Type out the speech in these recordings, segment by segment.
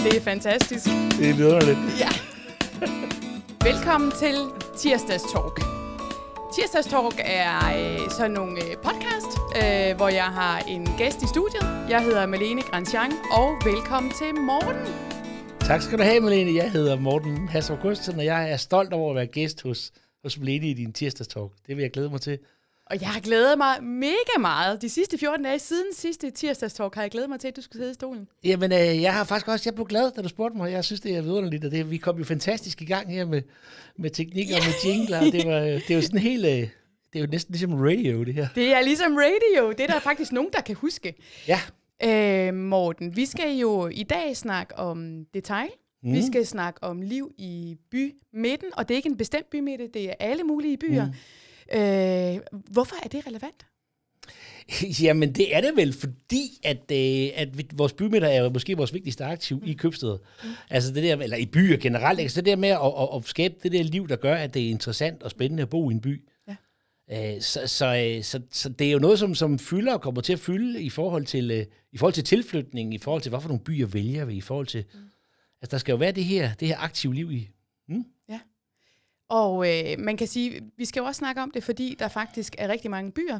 Det er fantastisk. Det er vidunderligt. Ja. Velkommen til Tirsdags Talk. Tirsdags Talk er sådan nogle podcast, hvor jeg har en gæst i studiet. Jeg hedder Malene Grandjean, og velkommen til Morten. Tak skal du have, Malene. Jeg hedder Morten Hasser Christensen, og jeg er stolt over at være gæst hos Malene i din Tirsdags Talk. Det vil jeg glæde mig til. Og jeg har glædet mig mega meget. De sidste 14 dage siden sidste Tirsdags Talk har jeg glædet mig til, at du skulle sidde i stolen. Jamen, jeg har faktisk også, jeg blev glad, da du spurgte mig. Jeg synes, det er vidunderligt, og vi kom jo fantastisk i gang her med teknik og med jingler. Det er jo sådan helt, det er jo næsten ligesom radio, det her. Det er ligesom radio. Det er der faktisk nogen, der kan huske. Ja. Morten, vi skal jo i dag snakke om detail. Vi skal snakke om liv i bymidten, og det er ikke en bestemt bymidte, det er alle mulige byer. Hvorfor er det relevant? Jamen, det er det vel, fordi at vores bymidter er jo måske vores vigtigste aktiv i købsteder. Altså det der, eller i byer generelt. Altså det der med at skabe det der liv, der gør, at det er interessant og spændende at bo i en by. Ja. Så det er jo noget, som fylder og kommer til at fylde i forhold til tilflytning, i forhold til, hvorfor nogle byer vælger vi, i forhold til... Altså der skal jo være det her aktive liv i. Ja. Og man kan sige, vi skal jo også snakke om det, fordi der faktisk er rigtig mange byer,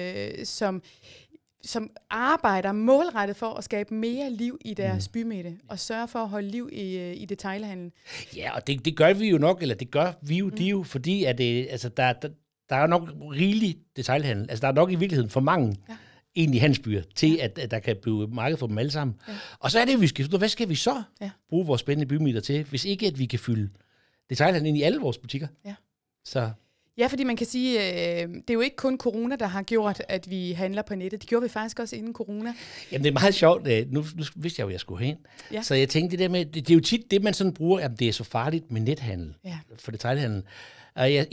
som arbejder målrettet for at skabe mere liv i deres bymidte, og sørge for at holde liv i detailhandlen. Ja, og det gør vi jo nok, eller det gør vi jo, det er jo fordi, at altså, der er nok rigelig detailhandel. Altså der er nok i virkeligheden for mange egentlig handelsbyer, til at der kan blive marked for dem alle sammen. Ja. Og så er det, vi skal hvad skal vi så bruge vores spændende bymidter til, hvis ikke at vi kan fylde detailhandlen ind i alle vores butikker. Ja. Så. Ja, fordi man kan sige, det er jo ikke kun corona, der har gjort, at vi handler på nettet. Det gjorde vi faktisk også inden corona. Jamen, det er meget sjovt. Nu vidste jeg jo, at jeg skulle hen. Ja. Så jeg tænkte, det der med, det er jo tit det, man sådan bruger, at det er så farligt med nethandel for detailhandel. Og i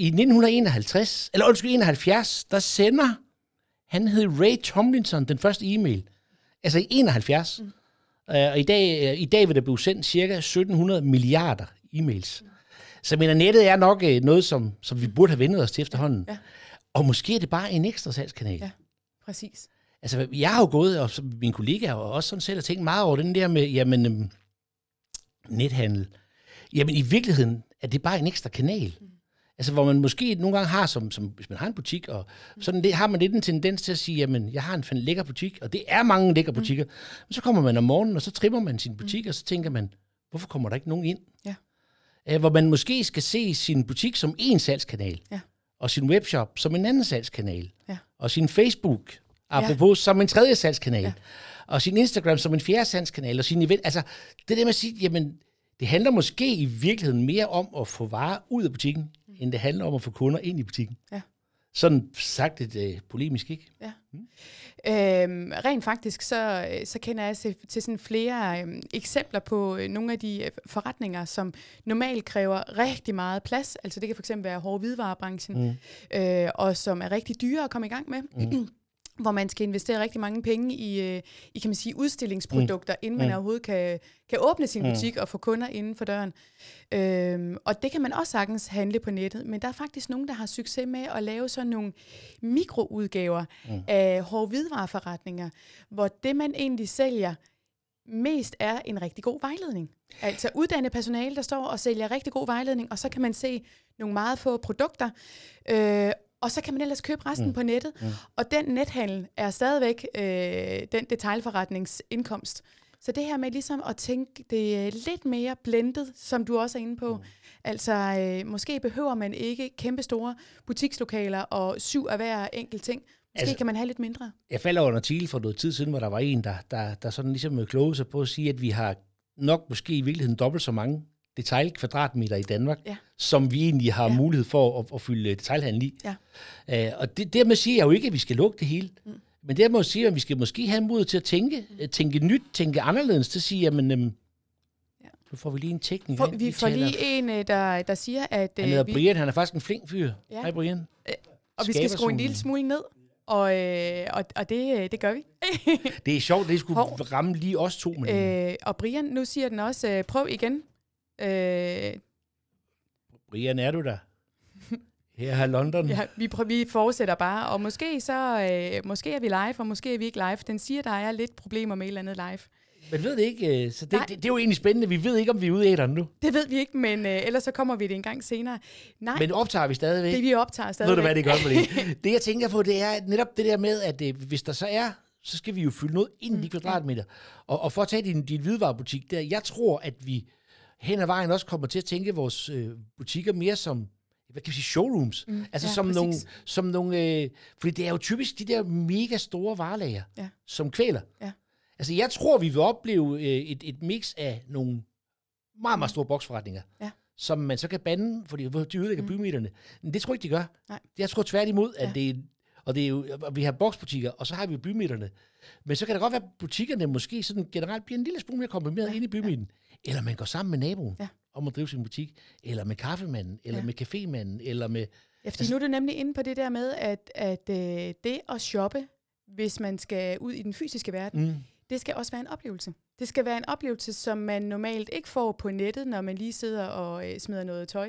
1971, der sender, han hed Ray Tomlinson, den første e-mail. Altså i 71. Og i dag vil der blive sendt cirka 1700 milliarder e-mails. Så mener, nettet er nok noget, som vi burde have vendt os til efterhånden. Ja. Og måske er det bare en ekstra salgskanal. Ja, præcis. Altså, jeg har jo gået, og mine kollegaer har også sådan selv tænkt meget over den der med, nethandel. Jamen, i virkeligheden er det bare en ekstra kanal. Altså, hvor man måske nogle gange har, som hvis man har en butik, og sådan det, har man lidt en tendens til at sige, jamen, jeg har en lækker butik, og det er mange lækre butikker. Men så kommer man om morgenen, og så trimmer man sin butik, og så tænker man, hvorfor kommer der ikke nogen ind? Ja. Hvor man måske skal se sin butik som en salgskanal, og sin webshop som en anden salgskanal, og sin Facebook, apropos, som en tredje salgskanal, og sin Instagram som en fjerde salgskanal, og sin event. Altså, det der med at sige, jamen, det handler måske i virkeligheden mere om at få varer ud af butikken, end det handler om at få kunder ind i butikken. Ja. Sådan sagt lidt polemisk, ikke? Ja. Rent faktisk, så kender jeg til sådan flere eksempler på nogle af de forretninger, som normalt kræver rigtig meget plads. Altså det kan fx være hårde hvidevarebranchen, og som er rigtig dyre at komme i gang med. Hvor man skal investere rigtig mange penge i kan man sige, udstillingsprodukter, inden man overhovedet kan åbne sin butik og få kunder inden for døren. Og det kan man også sagtens handle på nettet, men der er faktisk nogen, der har succes med at lave sådan nogle mikroudgaver af hårde hvidevareforretninger, hvor det, man egentlig sælger, mest er en rigtig god vejledning. Altså uddannet personale, der står og sælger rigtig god vejledning, og så kan man se nogle meget få produkter, og så kan man ellers købe resten på nettet. Og den nethandel er stadigvæk den detailforretningsindkomst. Så det her med ligesom at tænke det lidt mere blendet, som du også er inde på. Altså måske behøver man ikke kæmpe store butikslokaler og 7 af hver enkelt ting. Måske kan man have lidt mindre. Jeg falder over en artikel for noget tid siden, hvor der var en, der sådan ligesom klogede sig på at sige, at vi har nok måske i virkeligheden dobbelt så mange detailkvadratmeter i Danmark, som vi egentlig har mulighed for at fylde detailhandel i. Ja. Og dermed siger jeg jo ikke, at vi skal lukke det hele. Men dermed siger jeg, at vi skal måske have mod til at tænke nyt, tænke anderledes, til at sige, jamen, nu får vi lige en tekniker. Vi får lige en, der siger, at... Han hedder Brian, han er faktisk en flink fyr. Ja. Hej Brian. Og vi skal skrue en lille smule ned, og det gør vi. Det er sjovt, det skulle ramme lige os to. Og Brian, nu siger den også, prøv igen. Brian, er du der? Her er London. Ja, vi fortsætter bare, og måske er vi live, og måske er vi ikke live. Den siger, der er lidt problemer med et eller andet live. Man ved det ikke, så det er jo egentlig spændende. Vi ved ikke, om vi er ude i æteren nu. Det ved vi ikke, men ellers så kommer vi det en gang senere. Nej, men optager vi stadigvæk? Det vi optager stadigvæk. Ved du, hvad det gør med det? Det, jeg tænker på, det er netop det der med, at hvis der så er, så skal vi jo fylde noget ind i de kvadratmeter. Og for at tage din hvidevarebutik der, jeg tror, at vi hen ad vejen også kommer til at tænke vores butikker mere som, hvad kan vi sige, showrooms. Altså som nogle fordi det er jo typisk de der mega store varelager, som kvæler. Ja. Altså jeg tror, vi vil opleve et mix af nogle meget, meget store boksforretninger, som man så kan bande, fordi de ødelægger bymeterne. Men det tror jeg ikke, de gør. Nej. Jeg tror tværtimod, at det er jo, vi har boksbutikker, og så har vi bymitterne. Men så kan det godt være, at butikkerne måske sådan generelt bliver en lille smule mere komprimeret inde i bymidten. Eller man går sammen med naboen om at drive sin butik, eller med kaffemanden, eller med cafémanden, eller med... Ja, fordi nu er du nemlig inde på det der med, at det at shoppe, hvis man skal ud i den fysiske verden, det skal også være en oplevelse. Det skal være en oplevelse, som man normalt ikke får på nettet, når man lige sidder og smider noget tøj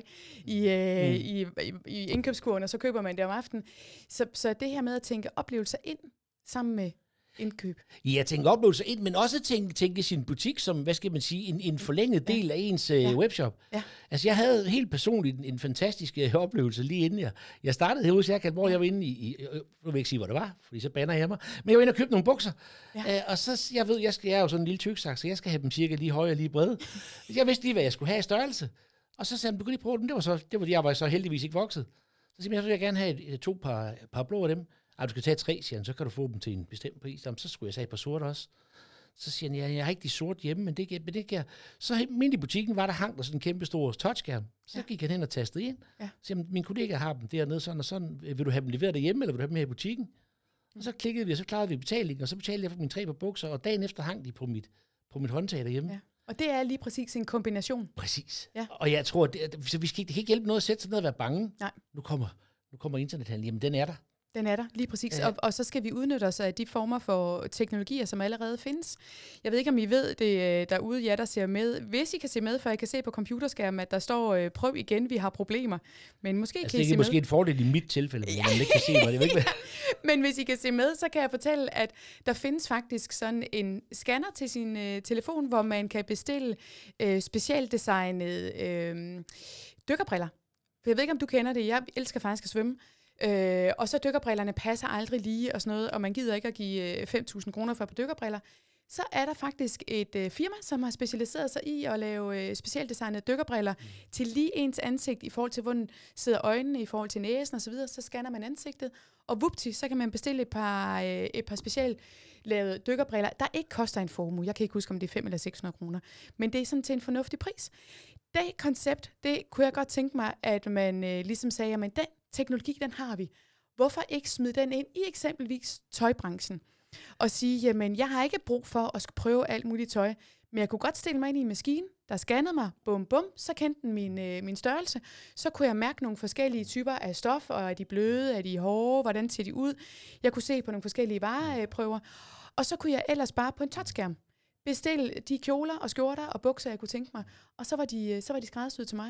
i indkøbskurven, og så køber man det om aftenen. Så det her med at tænke oplevelser ind sammen med indkøb. Ja, tænke oplevelser ind, men også tænke sin butik som, hvad skal man sige, en forlænget del af ens webshop. Ja. Altså, jeg havde helt personligt en fantastisk oplevelse lige inden jeg startede herude, så hvor jeg var inde i nu vil jeg ikke sige, hvor det var, fordi så bander jeg mig, men jeg var inde og købte nogle bukser, og så, jeg er jo sådan en lille tyksak, så jeg skal have dem cirka lige høje og lige brede. Jeg vidste lige, hvad jeg skulle have i størrelse, og så sagde han, du kan lige prøve dem, jeg var så heldigvis ikke vokset. Så siger jeg gerne have to par blå af dem. Du skal tage 3, siger han, så kan du få dem til en bestemt pris. Jamen, så skulle jeg sige et par sorte også. Så siger han, jeg har ikke de sorte hjemme, men det kan. Så midt i butikken var der hang der sådan en kæmpe stor touchskærm. Så gik han hen og tastede ind. Ja. Så siger han, min kollega har dem dernede sådan og sådan. Vil du have dem leveret derhjemme, eller vil du have dem her i butikken? Og så klikkede vi, og så klarede vi betalingen, og så betalte jeg for mine 3 par bukser, og dagen efter hang de på mit håndtag derhjemme. Ja. Og det er lige præcis en kombination. Præcis. Ja. Og jeg tror, så det kan ikke hjælpe noget at sætte sig ned og være bange. Nej. Nu kommer internethandel. Jamen, den er der. Den er der, lige præcis. Ja. Og så skal vi udnytte os af de former for teknologier, som allerede findes. Jeg ved ikke, om I ved det derude, der ser med. Hvis I kan se med, for jeg kan se på computerskærmen, at der står, prøv igen, vi har problemer. Men måske kan I se med. Det er måske en fordel i mit tilfælde, men man ikke kan se mig. Det ikke Men hvis I kan se med, så kan jeg fortælle, at der findes faktisk sådan en scanner til sin telefon, hvor man kan bestille specialdesignede dykkerbriller. For jeg ved ikke, om du kender det. Jeg elsker faktisk at svømme. Og så dykkerbrillerne passer aldrig lige og sådan noget, og man gider ikke at give 5.000 kroner for et par dykkerbriller. Så er der faktisk et firma, som har specialiseret sig i at lave specialdesignede dykkerbriller til lige ens ansigt i forhold til, hvordan sidder øjnene i forhold til næsen osv. Så scanner man ansigtet, og vupti, så kan man bestille et par specielt lavede dykkerbriller, der ikke koster en formue. Jeg kan ikke huske, om det er 500 eller 600 kroner, men det er sådan til en fornuftig pris. Det koncept, det kunne jeg godt tænke mig, at man ligesom sagde, at den teknologi, den har vi. Hvorfor ikke smide den ind i eksempelvis tøjbranchen? Og sige, jamen, jeg har ikke brug for at prøve alt muligt tøj, men jeg kunne godt stille mig ind i en maskine, der scannede mig, bum bum, så kendte den min størrelse. Så kunne jeg mærke nogle forskellige typer af stof, og er de bløde, er de hårde, hvordan ser de ud? Jeg kunne se på nogle forskellige vareprøver, og så kunne jeg ellers bare på en touchskærm bestille de kjoler og skjorter og bukser, jeg kunne tænke mig, og så var de skræddersyet til mig.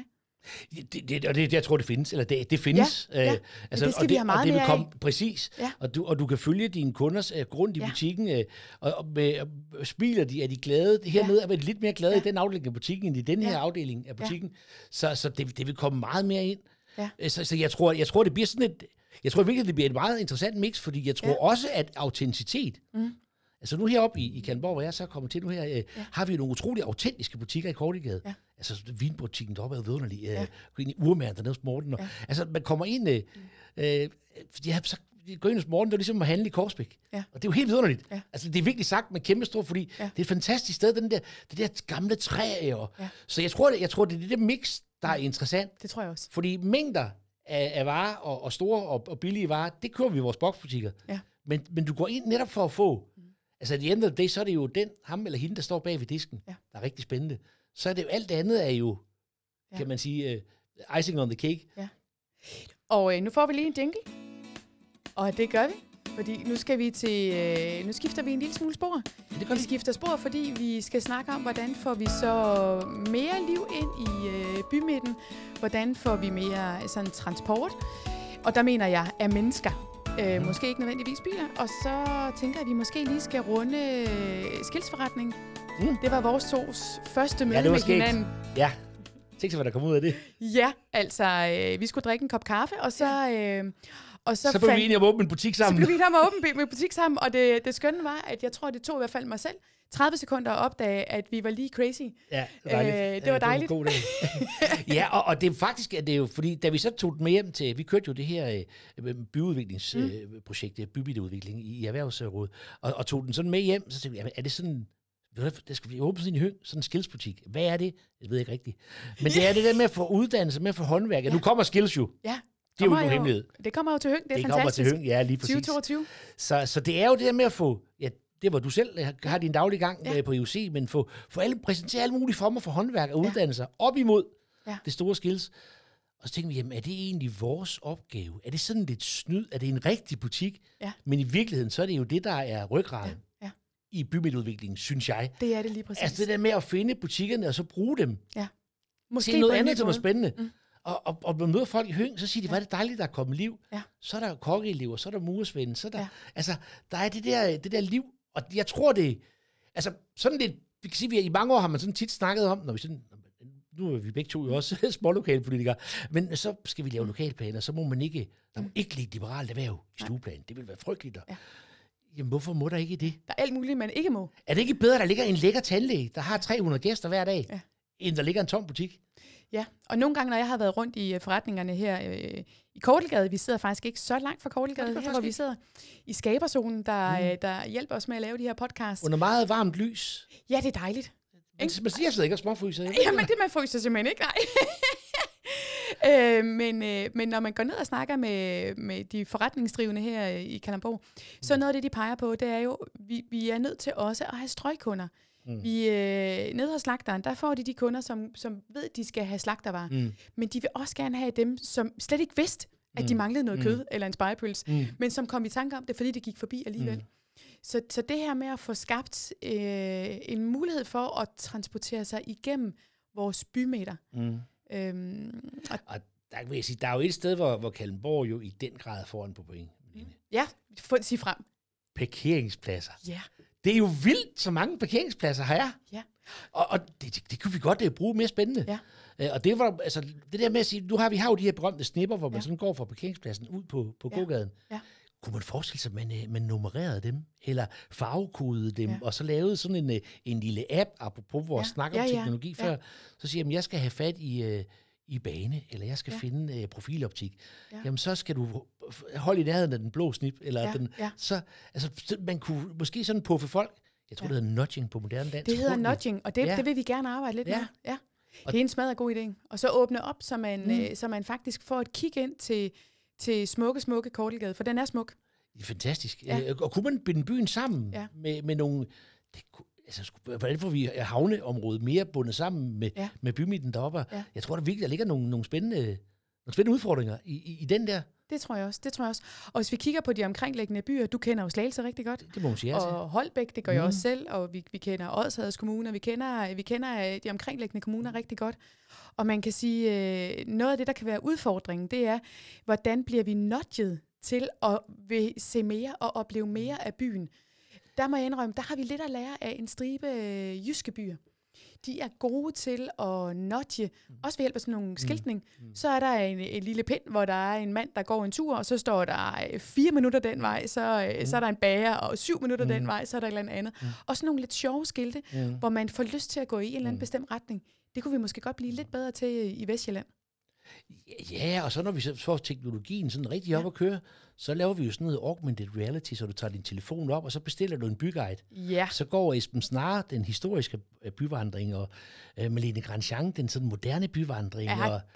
Jeg tror, det findes, eller det findes. Ja. Altså, det skal vi have meget mere af. Præcis. Ja. Og du kan følge dine kunders grund i butikken, og smiler de, er de glade? Hernede er vi lidt mere glade i den afdeling af butikken, end i den her afdeling af butikken. Så det vil komme meget mere ind. Ja. Så jeg tror, det bliver sådan jeg tror virkelig, det bliver et meget interessant mix, fordi jeg tror også, at autenticitet, altså nu heroppe i Kalundborg, hvor jeg så kommer til nu her, har vi nogle utrolig autentiske butikker i Kortegade. Ja. Altså vinbutikken deroppe er vidunderlig. Ind i Urmæren dernede hos Morten. Altså man kommer ind, så går ind hos Morten, det er ligesom at handle i Korsbæk. Ja. Og det er jo helt vidunderligt. Ja. Altså det er virkelig sagt med kæmpe stor, fordi det er et fantastisk sted, det der gamle træer. Så jeg tror, det er det der mix, der er interessant. Det tror jeg også. Fordi mængder af varer og store og billige varer, det kører vi i vores boksbutikker. Ja. Men du går ind netop for at få. Altså i the end of the day, så er det jo ham eller hende, der står bag ved disken, der er rigtig spændende. Så er det jo alt det andet er jo, kan man sige, icing on the cake. Ja. Og nu får vi lige en jingle. Og det gør vi, fordi nu skifter vi en lille smule spor. Ja, vi skifter spor, fordi vi skal snakke om, hvordan får vi så mere liv ind i bymidten. Hvordan får vi mere sådan transport. Og der mener jeg, af mennesker. Måske ikke nødvendigvis biler. Og så tænker jeg, at vi måske lige skal runde skilsforretning. Det var vores tos første møde med hinanden. Ja, tænk så, hvad der kom ud af det. Ja, altså, vi skulle drikke en kop kaffe, og så... Så blev vi enige om at åbne en butik sammen. Så blev vi enige om at åbne en butik sammen, og det skønne var, at jeg tror, det tog i hvert fald mig selv 30 sekunder at opdage, at vi var lige crazy. Ja, det var dejligt. Det var dejligt. Det var en god dag. Ja, og det er faktisk, at det er jo, fordi da vi så tog den med hjem til, vi kørte jo det her byudviklingsprojekt, bybiludvikling i Erhvervsrådet, og tog den sådan med hjem, så tænkte jeg, er det sådan, der skal vi åbne sådan en Høng, sådan en skillsbutik. Hvad er det? Jeg ved ikke rigtigt. Men det er det der med at få uddannelse, med at få håndværk. Ja. Nu kommer skills jo. Ja. Det er jo ikke hemmelighed. Det kommer jo til Høng, det er fantastisk. Det kommer til Høng, ja, lige præcis. 2022. Så det er jo det der med at få, ja, det var du selv har din daglige gang på IUC, men præsentere alle mulige former for håndværk og uddannelser op imod det store skills. Og så tænkte vi, jamen, er det egentlig vores opgave? Er det sådan lidt snyd? Er det en rigtig butik? Ja. Men i virkeligheden, så er det jo det, der er ryggraden i bymiddeludviklingen, synes jeg. Det er det lige præcis. Altså det der med at finde butikkerne, og så bruge dem måske til noget andet, som er spændende. Og man møder folk i Høng, så siger de, hvor er det dejligt, der er kommet liv. Ja. Så er der kokkeelever, så er der murersvende, så er der, altså, der er det der liv. Og jeg tror det, altså sådan lidt, vi kan sige, at i mange år har man sådan tit snakket om, når vi sådan, nu er vi begge to jo også smålokalpolitikere, men så skal vi lave lokalplaner, så må man ikke, der må ikke ligge liberalt erhverv i stueplanen. Det vil være frygteligt. Jamen, hvorfor må der ikke det? Der er alt muligt, man ikke må. Er det ikke bedre, at der ligger en lækker tandlæge, der har 300 gæster hver dag, end der ligger en tom butik? Ja, og nogle gange, når jeg har været rundt i forretningerne her i Kortelgade, vi sidder faktisk ikke så langt fra Kortelgade, her hvor vi sidder i Skaberzonen, der hjælper os med at lave de her podcasts. Under meget varmt lys. Ja, det er dejligt. Man siger slet ikke at småfryser. Jamen, det man fryser simpelthen ikke, nej. Men når man går ned og snakker med de forretningsdrivende her i Kalundborg, så noget af det, de peger på, det er jo, vi er nødt til også at have strøgkunder. Vi nede hos slagteren, der får de kunder, som ved, de skal have slagtervarer. Men de vil også gerne have dem, som slet ikke vidste, at de manglede noget kød eller en spegepølse, men som kom i tanke om det, fordi det gik forbi alligevel. Så det her med at få skabt en mulighed for at transportere sig igennem vores bymeter. Og der vil jeg sige, der er jo et sted, hvor Kalundborg jo i den grad er foran på point. Ja, sig frem. Parkeringspladser. Ja. Det er jo vildt, så mange parkeringspladser har jeg. Ja. Og det kunne vi godt bruge mere spændende. Ja. Og det var altså det der med at sige, vi har jo de her berømte snipper, hvor man sådan går fra parkeringspladsen ud på gågaden. Ja. Kunne man forestille sig, at man nummererede dem, eller farvekodede dem, og så lavede sådan en lille app, apropos vores snak om teknologi før, så siger jeg, jeg skal have fat i bane, eller jeg skal finde profiloptik. Jamen, så skal du holde i nærheden af den blå snip, eller så, altså, man kunne måske sådan puffe folk. Jeg tror, det hedder nudging på moderne dansk. Det hedder nudging, og det vil vi gerne arbejde lidt med. Ja. Det er en smadret god idé. Og så åbne op, så man faktisk får et kig ind til smukke Kortelgade, for den er smuk. Det er fantastisk. Ja. Og kunne man binde byen sammen med nogle... hvordan får vi havneområdet mere bundet sammen med bymidten deroppe? Ja. Jeg tror, der ligger nogle spændende udfordringer i den der. Det tror jeg også. Og hvis vi kigger på de omkringliggende byer, du kender jo Slagelse rigtig godt. Det må man sige. Og Holbæk, det gør jeg også selv, og vi kender Odsherreds Kommune, vi kender de omkringliggende kommuner rigtig godt. Og man kan sige, noget af det, der kan være udfordringen, det er, hvordan bliver vi nudget til at se mere og opleve mere af byen. Der må jeg indrømme, der har vi lidt at lære af en stribe jyske byer. De er gode til at nudge, også ved hjælp af sådan nogle skiltning. Så er der en lille pind, hvor der er en mand, der går en tur, og så står der 4 minutter den vej, så er der en bager, og 7 minutter den vej, så er der et eller andet. Og sådan nogle lidt sjove skilte, hvor man får lyst til at gå i en eller anden bestemt retning. Det kunne vi måske godt blive lidt bedre til i Vestjylland. Ja, og så når vi så får teknologien sådan rigtig op at køre, så laver vi jo sådan noget augmented reality, så du tager din telefon op, og så bestiller du en byguide. Ja. Så går Esben Snare, den historiske byvandring, og Malene Grandjean, den sådan moderne byvandring,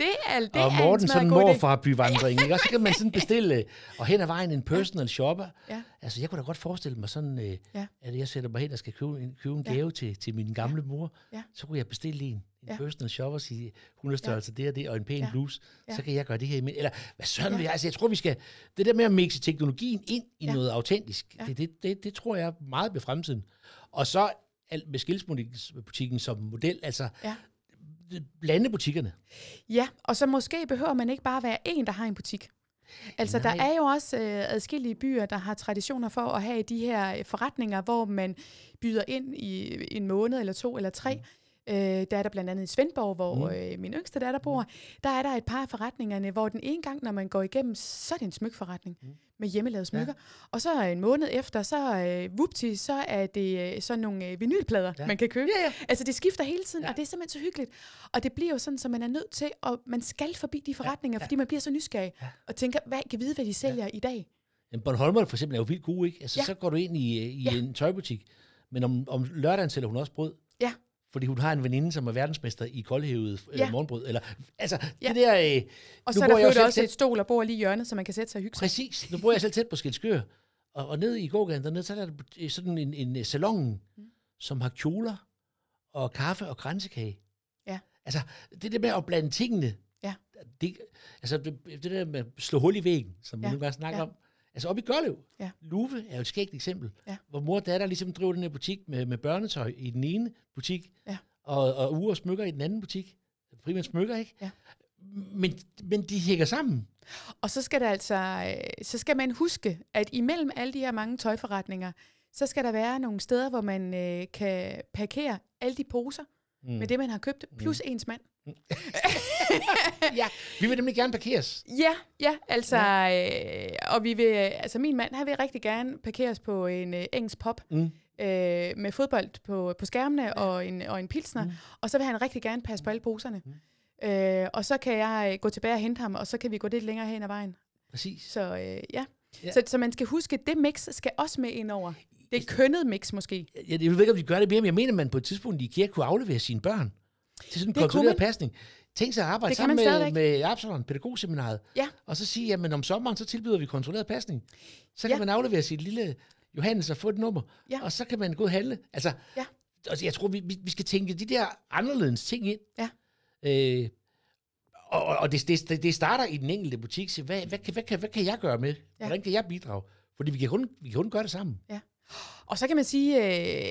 og Morten, sådan morfar byvandring. Og så kan man sådan bestille, og hen ad vejen en personal shopper. Ja. Altså, jeg kunne da godt forestille mig sådan, at jeg sætter mig hen og skal købe en gave til min gamle mor. Ja. Så kunne jeg bestille en personal shopper, sige 100 størrelse det og det, og en pæn bluse. Så kan jeg gøre det her med. Eller hvad sådan vil jeg? Altså, jeg tror, vi skal... Det der med at mixe teknologien ind i noget autentisk, det tror jeg meget ved fremtiden. Og så med skilsbutikken som model, altså blande butikkerne. Ja, og så måske behøver man ikke bare være en, der har en butik. Altså, der er jo også adskillige byer, der har traditioner for at have de her forretninger, hvor man byder ind i en måned eller 2 eller 3. Der er der blandt andet i Svendborg, hvor min yngste datter bor. Der er der et par af forretningerne, hvor den ene gang, når man går igennem, så er det en smykforretning med hjemmelavede smykker. Ja. Og så en måned efter, så er det sådan nogle vinylplader, man kan købe. Ja, ja. Altså, det skifter hele tiden, og det er simpelthen så hyggeligt. Og det bliver jo sådan, så man er nødt til, og man skal forbi de forretninger, fordi man bliver så nysgerrig og tænker, kan vide, hvad de sælger i dag? En Bornholmer for eksempel er jo vildt gode, ikke? Altså, så går du ind i en tøjbutik, men om lørdagen sælger hun også brød. Ja. Fordi hun har en veninde, som er verdensmester i koldhævet morgenbrød. Eller, altså, det der... og så er der også et stol og bord lige i hjørnet, så man kan sætte sig og hygge sig. Præcis. Nu bor jeg selv tæt på Skælskør. Og nede i gågaden dernede, så er der sådan en salon, som har kjoler og kaffe og kransekage. Ja. Altså, det der med at blande tingene. Ja. Det der med at slå hul i væggen, som vi nu bare snakker om. Altså oppe i Gørlev, Luve er jo et skægt eksempel, hvor mor og datter ligesom driver den her butik med børnetøj i den ene butik, og uger smykker i den anden butik. Primært smykker, ikke? Ja. Men de hænger sammen. Og så skal der så skal man huske, at imellem alle de her mange tøjforretninger, så skal der være nogle steder, hvor man kan parkere alle de poser med det, man har købt, plus ens mand. Ja, vi vil nemlig gerne parkeres. Ja, altså, og vi vil, altså min mand, han vil rigtig gerne parkeres på en engelsk pub, med fodbold på skærmene og en pilsner, og så vil han rigtig gerne passe på alle poserne. Og så kan jeg gå tilbage og hente ham, og så kan vi gå lidt længere hen ad vejen. Præcis. Så Så man skal huske, at det mix skal også med ind over. Det er kønnet mix måske. Jeg ved ikke, om de gør det mere, men jeg mener, at man på et tidspunkt i kirke kunne aflevere sine børn til sådan en kontrolleret pasning. Tænk sig at arbejde sammen med Absalon, pædagogseminaret, og så sige, jamen om sommeren, så tilbyder vi kontrolleret pasning. Så kan man aflevere sit lille Johannes og få et nummer, og så kan man gå og handle. Altså, jeg tror, vi skal tænke de der anderledes ting ind. Ja. Og det starter i den enkelte butik. Så hvad kan jeg gøre med? Hvordan kan jeg bidrage? Fordi vi kan kun gøre det sammen. Ja. Og så kan man sige,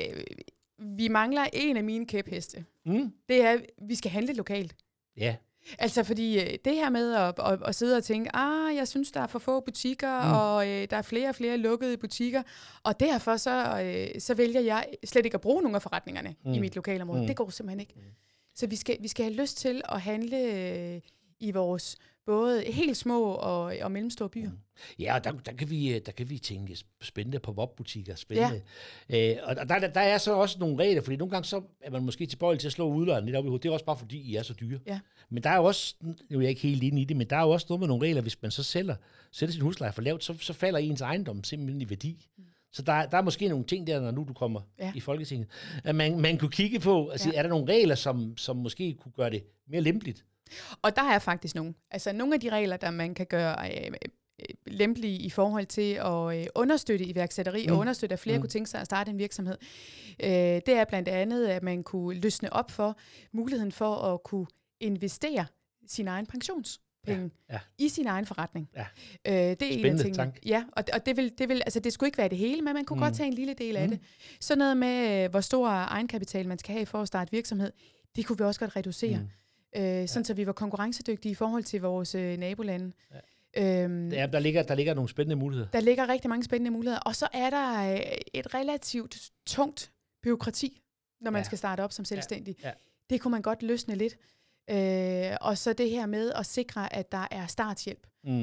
vi mangler en af mine kæpheste. Det er, at vi skal handle lokalt. Ja. Altså fordi det her med at sidde og tænke, jeg synes, der er for få butikker, og der er flere og flere lukkede butikker, og derfor så vælger jeg slet ikke at bruge nogle af forretningerne i mit lokalområde. Det går simpelthen ikke. Så vi skal have lyst til at handle i vores både helt små og mellemstore byer. Ja, og der kan vi tænke spændende pop-up-butikker, spændende. Ja. Og der er så også nogle regler, fordi nogle gange så er man måske tilbøjelig til at slå udlejeren lidt op i hovedet. Det er også bare fordi, I er så dyre. Ja. Men der er jo også, nu er jeg ikke helt inde i det, men der er jo også noget med nogle regler, hvis man så sætter sin husleje for lavt, så falder ens ejendom simpelthen i værdi. Så der er måske nogle ting der, når nu du kommer i Folketinget, at man kunne kigge på, altså, er der nogle regler, som måske kunne gøre det mere lempeligt? Og der er faktisk nogle. Altså nogle af de regler, der man kan gøre lempelige i forhold til at understøtte iværksætteri og understøtte, at flere kunne tænke sig at starte en virksomhed. Det er blandt andet, at man kunne løsne op for muligheden for at kunne investere sin egen pensionspenge i sin egen forretning. Ja. Det er en af tingene. Ja, og det vil altså det skulle ikke være det hele, men man kunne godt tage en lille del af det. Så noget med, hvor stor egenkapital man skal have for at starte virksomhed, det kunne vi også godt reducere. Sådan så vi var konkurrencedygtige i forhold til vores nabolande. Ja. Der ligger nogle spændende muligheder. Der ligger rigtig mange spændende muligheder. Og så er der et relativt tungt bureaukrati, når man skal starte op som selvstændig. Ja. Det kunne man godt løsne lidt. Og så det her med at sikre, at der er starthjælp.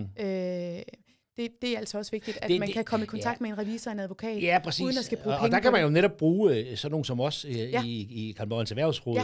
Det er altså også vigtigt, at man kan komme i kontakt med en revisor og en advokat, uden at skal bruge penge. Og der kan man jo netop bruge sådan nogen som os i Kalundborgs Erhvervsråd.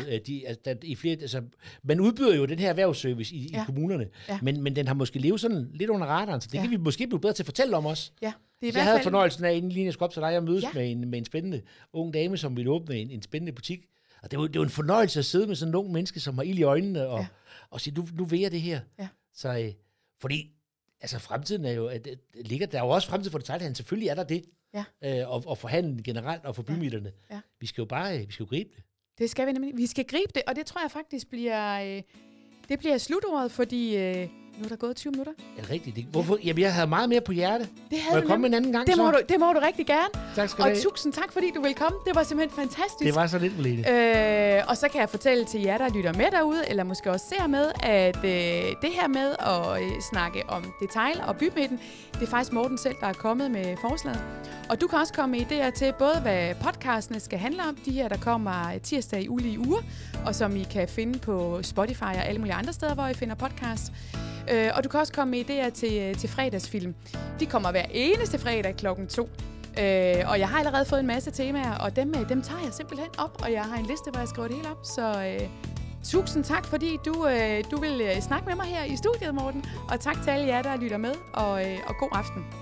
Man udbyder jo den her erhvervsservice i kommunerne, men den har måske levet sådan lidt under radaren, så det kan vi måske blive bedre til at fortælle om os. Ja, det er jeg havde fornøjelsen af, inden jeg skulle op til dig, at mødes med en spændende ung dame, som ville åbne en spændende butik. Og det er jo en fornøjelse at sidde med sådan en ung menneske, som har ild i øjnene, og sige, nu vil jeg det her. Ja. Så, fordi altså fremtiden er jo, der er jo også fremtid for detailhandlen, selvfølgelig er der det. Ja. Og for handlen generelt, og for bymidterne. Ja. Vi skal jo gribe det. Det skal vi nemlig. Vi skal gribe det, og det tror jeg faktisk bliver slutordet, fordi Nu er der gået 20 minutter. Er det rigtigt? Hvorfor? Jamen, jeg havde meget mere på hjerte. Det må jeg komme en anden gang? Det må du rigtig gerne. Tak skal du have. Og tusind tak, fordi du ville komme. Det var simpelthen fantastisk. Det var så lidt, Malene. Og så kan jeg fortælle til jer, der lytter med derude, eller måske også ser med, at det her med at snakke om detail og bymidten, det er faktisk Morten selv, der er kommet med forslaget. Og du kan også komme med idéer til både, hvad podcastene skal handle om, de her, der kommer tirsdag i ulige uger, og som I kan finde på Spotify og alle mulige andre steder, hvor I finder podcast. Og du kan også komme med idéer til fredagsfilm. De kommer hver eneste fredag 2:00. Og jeg har allerede fået en masse temaer, og dem tager jeg simpelthen op, og jeg har en liste, hvor jeg skriver det hele op. Så tusind tak, fordi du vil snakke med mig her i studiet, Morten. Og tak til alle jer, der lytter med, og god aften.